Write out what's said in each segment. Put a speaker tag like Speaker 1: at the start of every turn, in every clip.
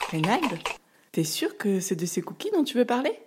Speaker 1: Reynald, t'es sûr que c'est de ces cookies dont tu veux parler?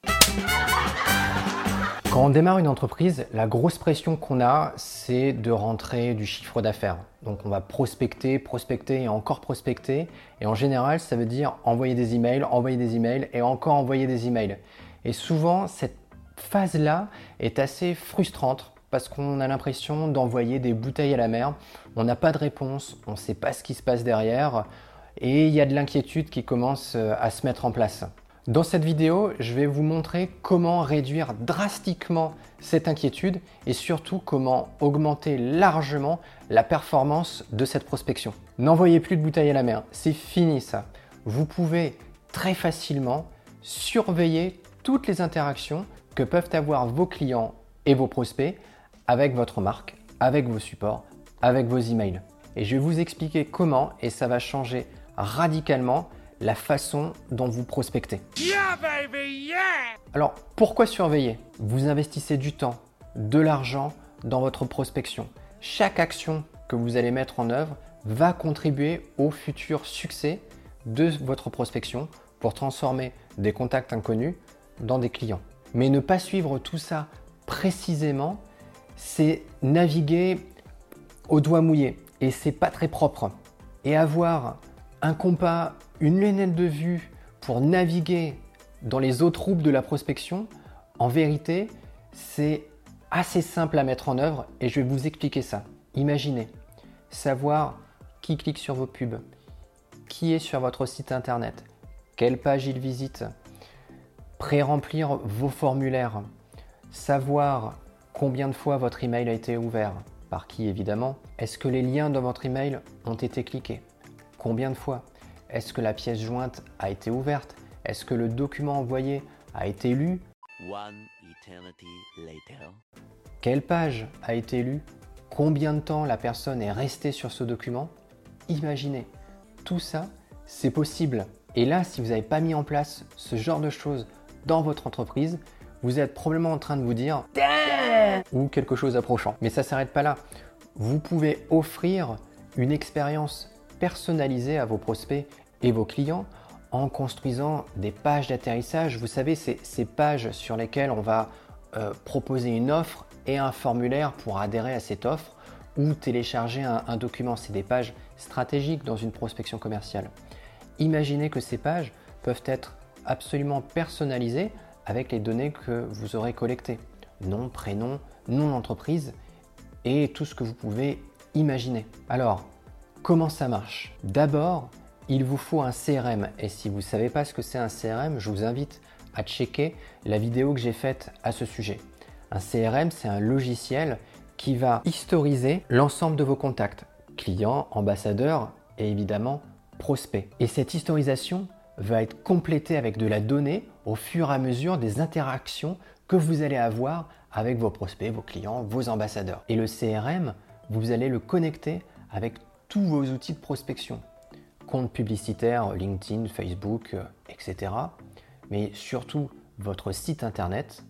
Speaker 2: Quand on démarre une entreprise, la grosse pression qu'on a, c'est de rentrer du chiffre d'affaires. Donc on va prospecter et encore prospecter. Et en général, ça veut dire envoyer des emails et encore envoyer des emails. Et souvent, cette phase-là est assez frustrante parce qu'on a l'impression d'envoyer des bouteilles à la mer. On n'a pas de réponse, on ne sait pas ce qui se passe derrière et il y a de l'inquiétude qui commence à se mettre en place. Dans cette vidéo, je vais vous montrer comment réduire drastiquement cette inquiétude et surtout comment augmenter largement la performance de cette prospection. N'envoyez plus de bouteilles à la mer, c'est fini ça. Vous pouvez très facilement surveiller toutes les interactions que peuvent avoir vos clients et vos prospects avec votre marque, avec vos supports, avec vos emails. Et je vais vous expliquer comment et ça va changer radicalement la façon dont vous prospectez.
Speaker 3: Yeah, baby, yeah!
Speaker 2: Alors, pourquoi surveiller? Vous investissez du temps, de l'argent dans votre prospection. Chaque action que vous allez mettre en œuvre va contribuer au futur succès de votre prospection pour transformer des contacts inconnus dans des clients. Mais ne pas suivre tout ça précisément, c'est naviguer au doigt mouillé et c'est pas très propre. Et avoir un compas, une lunette de vue pour naviguer dans les eaux troubles de la prospection, en vérité, c'est assez simple à mettre en œuvre et je vais vous expliquer ça. Imaginez, savoir qui clique sur vos pubs, qui est sur votre site internet, quelle page il visite, pré-remplir vos formulaires, savoir combien de fois votre email a été ouvert, par qui évidemment, est-ce que les liens dans votre email ont été cliqués, combien de fois, est-ce que la pièce jointe a été ouverte, est-ce que le document envoyé a été lu,
Speaker 3: One eternity later.
Speaker 2: quelle page a été lue, combien de temps la personne est restée sur ce document. Imaginez, tout ça, c'est possible. Et là, si vous n'avez pas mis en place ce genre de choses dans votre entreprise, vous êtes probablement en train de vous dire Damn ou quelque chose d'approchant. Mais ça ne s'arrête pas là. Vous pouvez offrir une expérience personnalisée à vos prospects et vos clients en construisant des pages d'atterrissage. Vous savez, ces pages sur lesquelles on va proposer une offre et un formulaire pour adhérer à cette offre ou télécharger un document. C'est des pages stratégiques dans une prospection commerciale. Imaginez que ces pages peuvent être absolument personnalisées avec les données que vous aurez collectées. Nom, prénom, nom d'entreprise et tout ce que vous pouvez imaginer. Alors, comment ça marche? D'abord, il vous faut un CRM. Et si vous ne savez pas ce que c'est un CRM, je vous invite à checker la vidéo que j'ai faite à ce sujet. Un CRM, c'est un logiciel qui va historiser l'ensemble de vos contacts, clients, ambassadeurs et évidemment prospects. Et cette historisation va être complétée avec de la donnée au fur et à mesure des interactions que vous allez avoir avec vos prospects, vos clients, vos ambassadeurs. Et le CRM, vous allez le connecter avec tous vos outils de prospection. Compte publicitaire, LinkedIn, Facebook, etc. Mais surtout votre site internet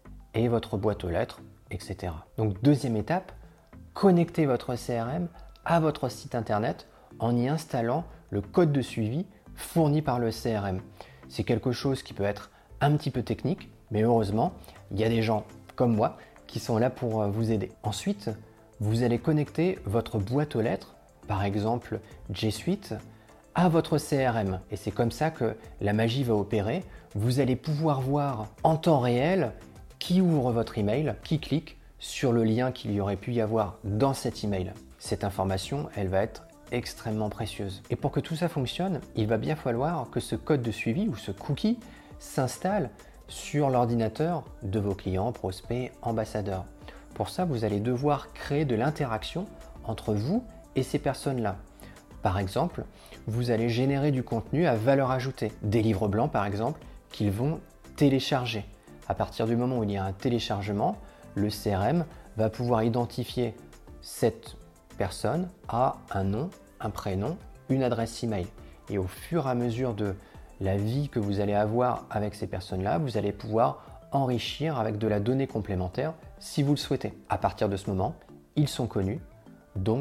Speaker 2: et votre boîte aux lettres, etc. Donc deuxième étape, connectez votre CRM à votre site internet en y installant le code de suivi fourni par le CRM. C'est quelque chose qui peut être un petit peu technique, mais heureusement, il y a des gens comme moi qui sont là pour vous aider. Ensuite, vous allez connecter votre boîte aux lettres, par exemple G Suite, à votre CRM. Et c'est comme ça que la magie va opérer. Vous allez pouvoir voir en temps réel qui ouvre votre email, qui clique sur le lien qu'il y aurait pu y avoir dans cet email. Cette information, elle va être extrêmement précieuse. Et pour que tout ça fonctionne, il va bien falloir que ce code de suivi ou ce cookie s'installe sur l'ordinateur de vos clients, prospects, ambassadeurs. Pour ça, vous allez devoir créer de l'interaction entre vous et ces personnes-là. Par exemple, vous allez générer du contenu à valeur ajoutée, des livres blancs par exemple, qu'ils vont télécharger. À partir du moment où il y a un téléchargement, le CRM va pouvoir identifier cette personne à un nom, un prénom, une adresse email. Et au fur et à mesure de la vie que vous allez avoir avec ces personnes-là, vous allez pouvoir enrichir avec de la donnée complémentaire si vous le souhaitez. À partir de ce moment, ils sont connus, donc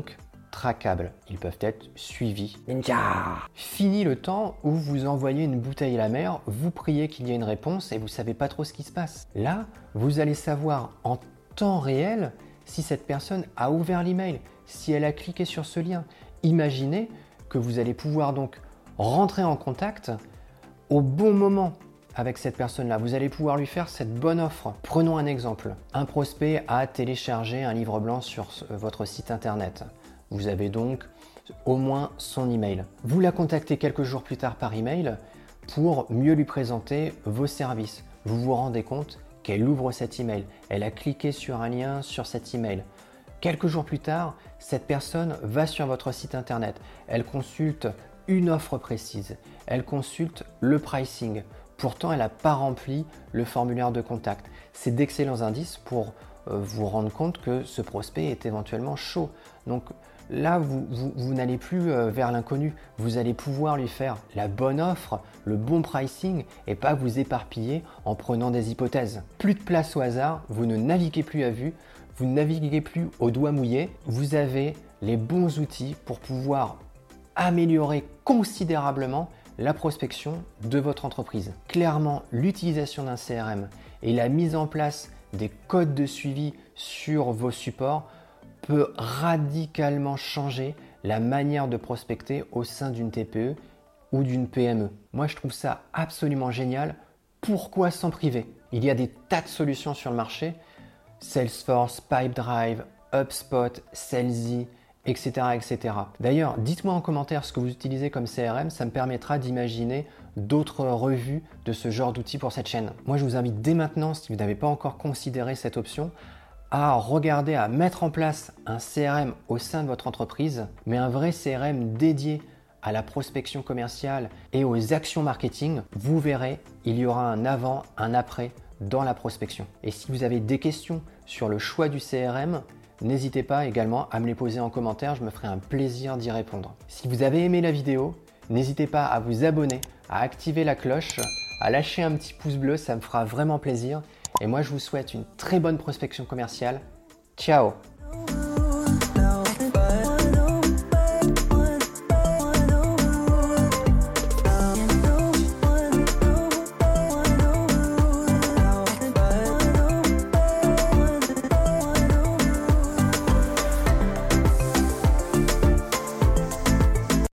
Speaker 2: traquables. Ils peuvent être suivis. Ninja! Fini le temps où vous envoyez une bouteille à la mer, vous priez qu'il y ait une réponse et vous ne savez pas trop ce qui se passe. Là, vous allez savoir en temps réel si cette personne a ouvert l'email, si elle a cliqué sur ce lien. Imaginez que vous allez pouvoir donc rentrer en contact au bon moment avec cette personne-là. Vous allez pouvoir lui faire cette bonne offre. Prenons un exemple. Un prospect a téléchargé un livre blanc sur votre site internet. Vous avez donc au moins son email. Vous la contactez quelques jours plus tard par email pour mieux lui présenter vos services. Vous vous rendez compte qu'elle ouvre cet email. Elle a cliqué sur un lien sur cet email. Quelques jours plus tard, cette personne va sur votre site internet. Elle consulte une offre précise. Elle consulte le pricing. Pourtant, elle n'a pas rempli le formulaire de contact. C'est d'excellents indices pour vous rendre compte que ce prospect est éventuellement chaud. Donc là, vous n'allez plus vers l'inconnu. Vous allez pouvoir lui faire la bonne offre, le bon pricing et pas vous éparpiller en prenant des hypothèses. Plus de place au hasard, vous ne naviguez plus à vue, vous ne naviguez plus au doigt mouillé. Vous avez les bons outils pour pouvoir améliorer considérablement la prospection de votre entreprise. Clairement, l'utilisation d'un CRM et la mise en place des codes de suivi sur vos supports peut radicalement changer la manière de prospecter au sein d'une TPE ou d'une PME. Moi, je trouve ça absolument génial. Pourquoi s'en priver? Il y a des tas de solutions sur le marché. Salesforce, Pipedrive, HubSpot, Salesy, etc. etc. D'ailleurs, dites-moi en commentaire ce que vous utilisez comme CRM, ça me permettra d'imaginer d'autres revues de ce genre d'outils pour cette chaîne. Moi, je vous invite dès maintenant, si vous n'avez pas encore considéré cette option, à regarder, à mettre en place un CRM au sein de votre entreprise, mais un vrai CRM dédié à la prospection commerciale et aux actions marketing. Vous verrez, il y aura un avant, un après dans la prospection. Et si vous avez des questions sur le choix du CRM, n'hésitez pas également à me les poser en commentaire, je me ferai un plaisir d'y répondre. Si vous avez aimé la vidéo, n'hésitez pas à vous abonner, à activer la cloche, à lâcher un petit pouce bleu, ça me fera vraiment plaisir. Et moi, je vous souhaite une très bonne prospection commerciale. Ciao!